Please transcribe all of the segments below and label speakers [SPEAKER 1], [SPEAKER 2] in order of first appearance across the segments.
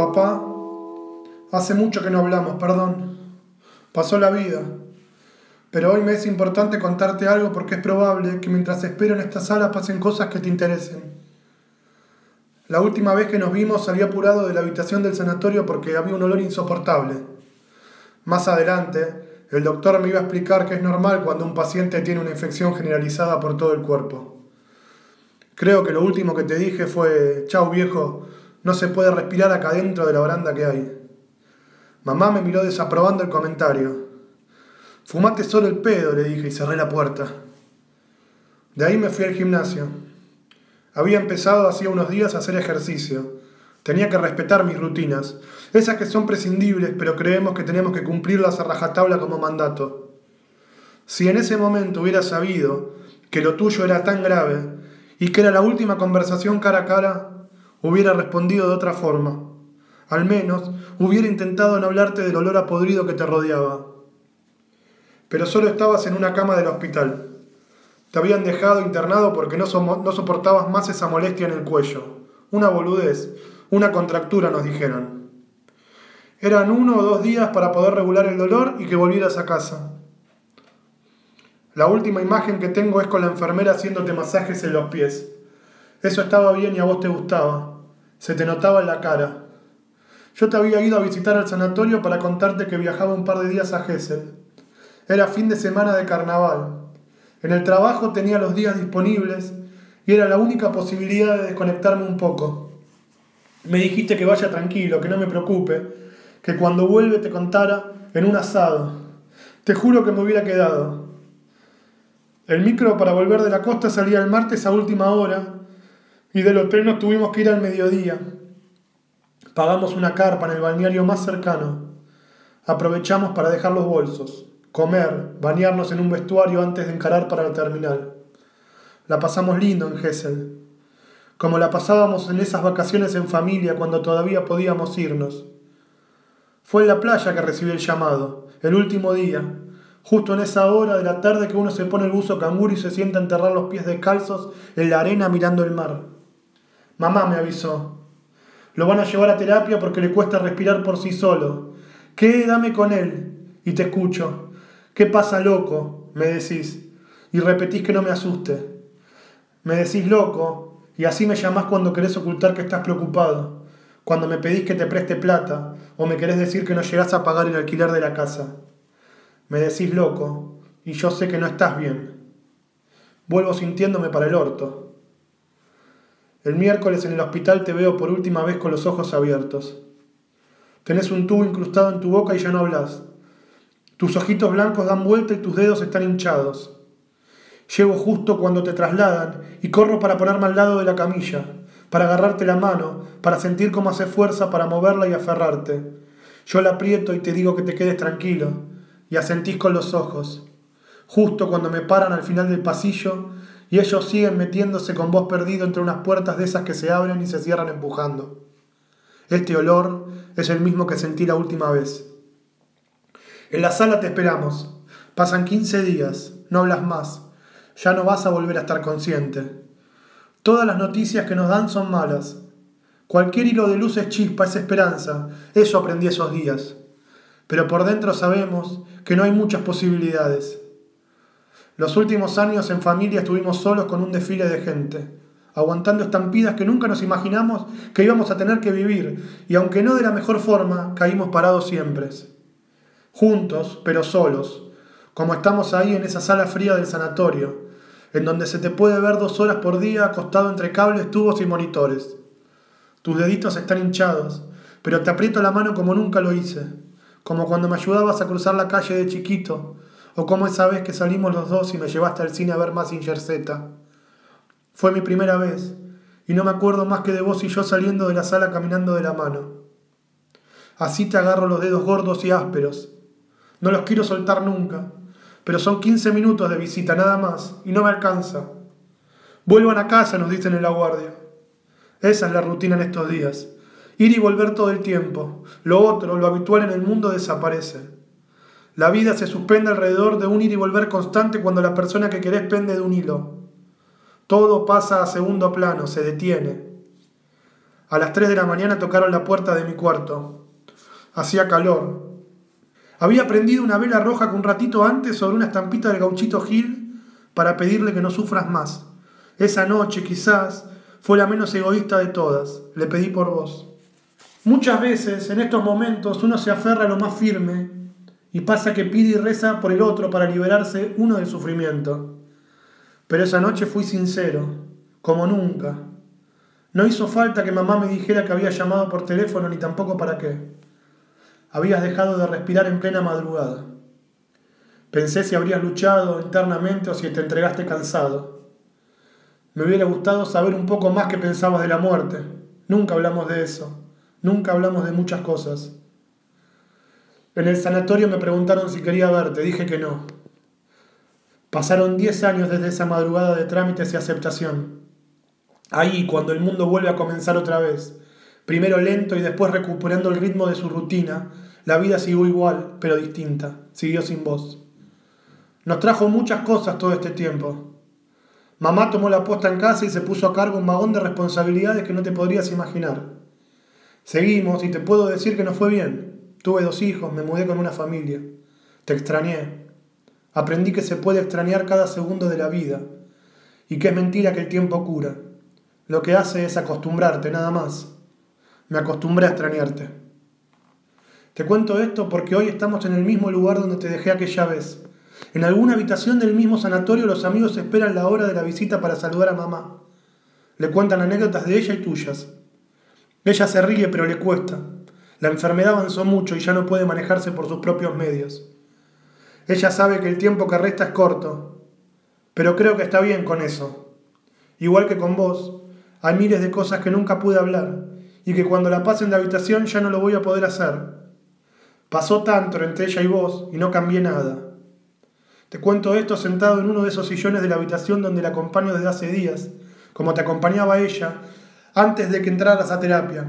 [SPEAKER 1] Papá, hace mucho que no hablamos, perdón. Pasó la vida. Pero hoy me es importante contarte algo porque es probable que mientras espero en esta sala pasen cosas que te interesen. La última vez que nos vimos salí apurado de la habitación del sanatorio porque había un olor insoportable. Más adelante, el doctor me iba a explicar que es normal cuando un paciente tiene una infección generalizada por todo el cuerpo. Creo que lo último que te dije fue: chau viejo, no se puede respirar acá dentro de la baranda que hay. Mamá me miró desaprobando el comentario. Fumate solo el pedo, le dije y cerré la puerta. De ahí me fui al gimnasio. Había empezado hacía unos días a hacer ejercicio. Tenía que respetar mis rutinas, esas que son prescindibles, pero creemos que tenemos que cumplirlas a rajatabla como mandato. Si en ese momento hubiera sabido que lo tuyo era tan grave y que era la última conversación cara a cara, hubiera respondido de otra forma. Al menos hubiera intentado no hablarte del olor a podrido que te rodeaba. Pero solo estabas en una cama del hospital. Te habían dejado internado porque no soportabas más esa molestia en el cuello. Una boludez, una contractura, nos dijeron. Eran 1 o 2 días para poder regular el dolor y que volvieras a casa. La última imagen que tengo es con la enfermera haciéndote masajes en los pies. Eso estaba bien y a vos te gustaba. Se te notaba en la cara. Yo te había ido a visitar al sanatorio para contarte que viajaba un par de días a Gesell. Era fin de semana de carnaval. En el trabajo tenía los días disponibles y era la única posibilidad de desconectarme un poco. Me dijiste que vaya tranquilo, que no me preocupe, que cuando vuelve te contara en un asado. Te juro que me hubiera quedado. El micro para volver de la costa salía el martes a última hora y del hotel nos tuvimos que ir al mediodía. Pagamos una carpa en el balneario más cercano. Aprovechamos para dejar los bolsos, comer, bañarnos en un vestuario antes de encarar para la terminal. La pasamos lindo en Gesell, como la pasábamos en esas vacaciones en familia cuando todavía podíamos irnos. Fue en la playa que recibí el llamado, el último día, justo en esa hora de la tarde que uno se pone el buzo canguro y se sienta a enterrar los pies descalzos en la arena mirando el mar. Mamá me avisó. Lo van a llevar a terapia porque le cuesta respirar por sí solo. ¿Qué? Dame con él. Y te escucho. ¿Qué pasa, loco? Me decís. Y repetís que no me asuste. Me decís loco, y así me llamás cuando querés ocultar que estás preocupado, cuando me pedís que te preste plata, o me querés decir que no llegás a pagar el alquiler de la casa. Me decís loco, y yo sé que no estás bien. Vuelvo sintiéndome para el orto. El miércoles en el hospital te veo por última vez con los ojos abiertos. Tenés un tubo incrustado en tu boca y ya no hablas. Tus ojitos blancos dan vuelta y tus dedos están hinchados. Llego justo cuando te trasladan y corro para ponerme al lado de la camilla, para agarrarte la mano, para sentir cómo hace fuerza para moverla y aferrarte. Yo la aprieto y te digo que te quedes tranquilo, y asentís con los ojos. Justo cuando me paran al final del pasillo y ellos siguen metiéndose con vos perdido entre unas puertas de esas que se abren y se cierran empujando. Este olor es el mismo que sentí la última vez. En la sala te esperamos. Pasan 15 días, no hablas más. Ya no vas a volver a estar consciente. Todas las noticias que nos dan son malas. Cualquier hilo de luz es chispa, es esperanza. Eso aprendí esos días. Pero por dentro sabemos que no hay muchas posibilidades. Los últimos años en familia estuvimos solos con un desfile de gente, aguantando estampidas que nunca nos imaginamos que íbamos a tener que vivir, y aunque no de la mejor forma, caímos parados siempre. Juntos, pero solos, como estamos ahí en esa sala fría del sanatorio, en donde se te puede ver 2 horas por día acostado entre cables, tubos y monitores. Tus deditos están hinchados, pero te aprieto la mano como nunca lo hice, como cuando me ayudabas a cruzar la calle de chiquito, o como esa vez que salimos los dos y me llevaste al cine a ver Mazinger Z. Fue mi primera vez, y no me acuerdo más que de vos y yo saliendo de la sala caminando de la mano. Así te agarro los dedos gordos y ásperos. No los quiero soltar nunca, pero son 15 minutos de visita nada más, y no me alcanza. Vuelvan a casa, nos dicen en la guardia. Esa es la rutina en estos días. Ir y volver todo el tiempo. Lo otro, lo habitual en el mundo, desaparece. La vida se suspende alrededor de un ir y volver constante cuando la persona que querés pende de un hilo. Todo pasa a segundo plano, se detiene. A las 3 de la mañana tocaron la puerta de mi cuarto. Hacía calor. Había prendido una vela roja que un ratito antes sobre una estampita del Gauchito Gil para pedirle que no sufras más. Esa noche, quizás, fue la menos egoísta de todas. Le pedí por vos. Muchas veces, en estos momentos, uno se aferra a lo más firme y pasa que pide y reza por el otro para liberarse uno del sufrimiento. Pero esa noche fui sincero, como nunca. No hizo falta que mamá me dijera que había llamado por teléfono ni tampoco para qué. Habías dejado de respirar en plena madrugada. Pensé si habrías luchado internamente o si te entregaste cansado. Me hubiera gustado saber un poco más qué pensabas de la muerte. Nunca hablamos de eso. Nunca hablamos de muchas cosas. En el sanatorio me preguntaron si quería verte. Dije que no. Pasaron 10 años desde esa madrugada de trámites y aceptación. Ahí, cuando el mundo vuelve a comenzar otra vez, primero lento y después recuperando el ritmo de su rutina, la vida siguió igual, pero distinta. Siguió sin vos. Nos trajo muchas cosas todo este tiempo. Mamá tomó la posta en casa y se puso a cargo un vagón de responsabilidades que no te podrías imaginar. Seguimos y te puedo decir que nos fue bien. Tuve 2 hijos, me mudé con una familia. Te extrañé. Aprendí que se puede extrañar cada segundo de la vida y que es mentira que el tiempo cura. Lo que hace es acostumbrarte, nada más. Me acostumbré a extrañarte. Te cuento esto porque hoy estamos en el mismo lugar donde te dejé aquella vez. En alguna habitación del mismo sanatorio los amigos esperan la hora de la visita para saludar a mamá. Le cuentan anécdotas de ella y tuyas. Ella se ríe pero le cuesta. La enfermedad avanzó mucho y ya no puede manejarse por sus propios medios. Ella sabe que el tiempo que resta es corto, pero creo que está bien con eso. Igual que con vos, hay miles de cosas que nunca pude hablar y que cuando la pase en la habitación ya no lo voy a poder hacer. Pasó tanto entre ella y vos y no cambié nada. Te cuento esto sentado en uno de esos sillones de la habitación donde la acompaño desde hace días, como te acompañaba ella antes de que entraras a terapia.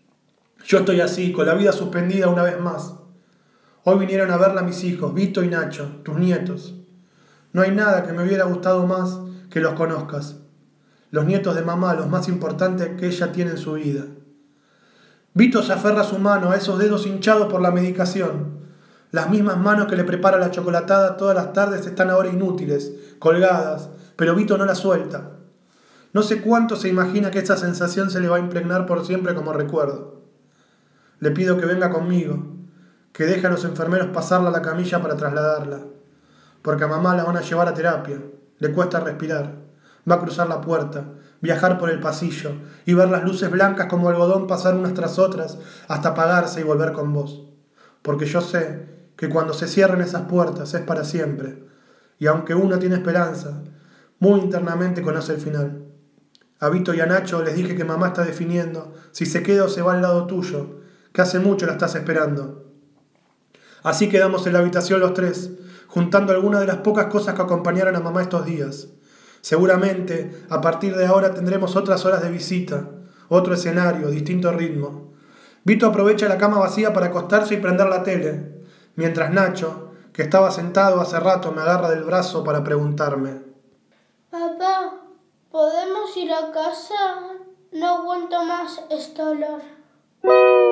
[SPEAKER 1] Yo estoy así, con la vida suspendida una vez más. Hoy vinieron a verla mis hijos, Vito y Nacho, tus nietos. No hay nada que me hubiera gustado más que los conozcas. Los nietos de mamá, los más importantes que ella tiene en su vida. Vito se aferra a su mano, a esos dedos hinchados por la medicación. Las mismas manos que le prepara la chocolatada todas las tardes están ahora inútiles, colgadas, pero Vito no la suelta. No sé cuánto se imagina que esa sensación se le va a impregnar por siempre como recuerdo. Le pido que venga conmigo, que deje a los enfermeros pasarla a la camilla para trasladarla, porque a mamá la van a llevar a terapia, le cuesta respirar, va a cruzar la puerta, viajar por el pasillo y ver las luces blancas como algodón pasar unas tras otras hasta apagarse y volver con vos, porque yo sé que cuando se cierren esas puertas es para siempre, y aunque uno tiene esperanza, muy internamente conoce el final. A Vito y a Nacho les dije que mamá está definiendo si se queda o se va al lado tuyo, que hace mucho la estás esperando. Así quedamos en la habitación los 3, juntando algunas de las pocas cosas que acompañaron a mamá estos días. Seguramente, a partir de ahora tendremos otras horas de visita, otro escenario, distinto ritmo. Vito aprovecha la cama vacía para acostarse y prender la tele, mientras Nacho, que estaba sentado hace rato, me agarra del brazo para preguntarme:
[SPEAKER 2] Papá, ¿podemos ir a casa? No aguanto más este olor.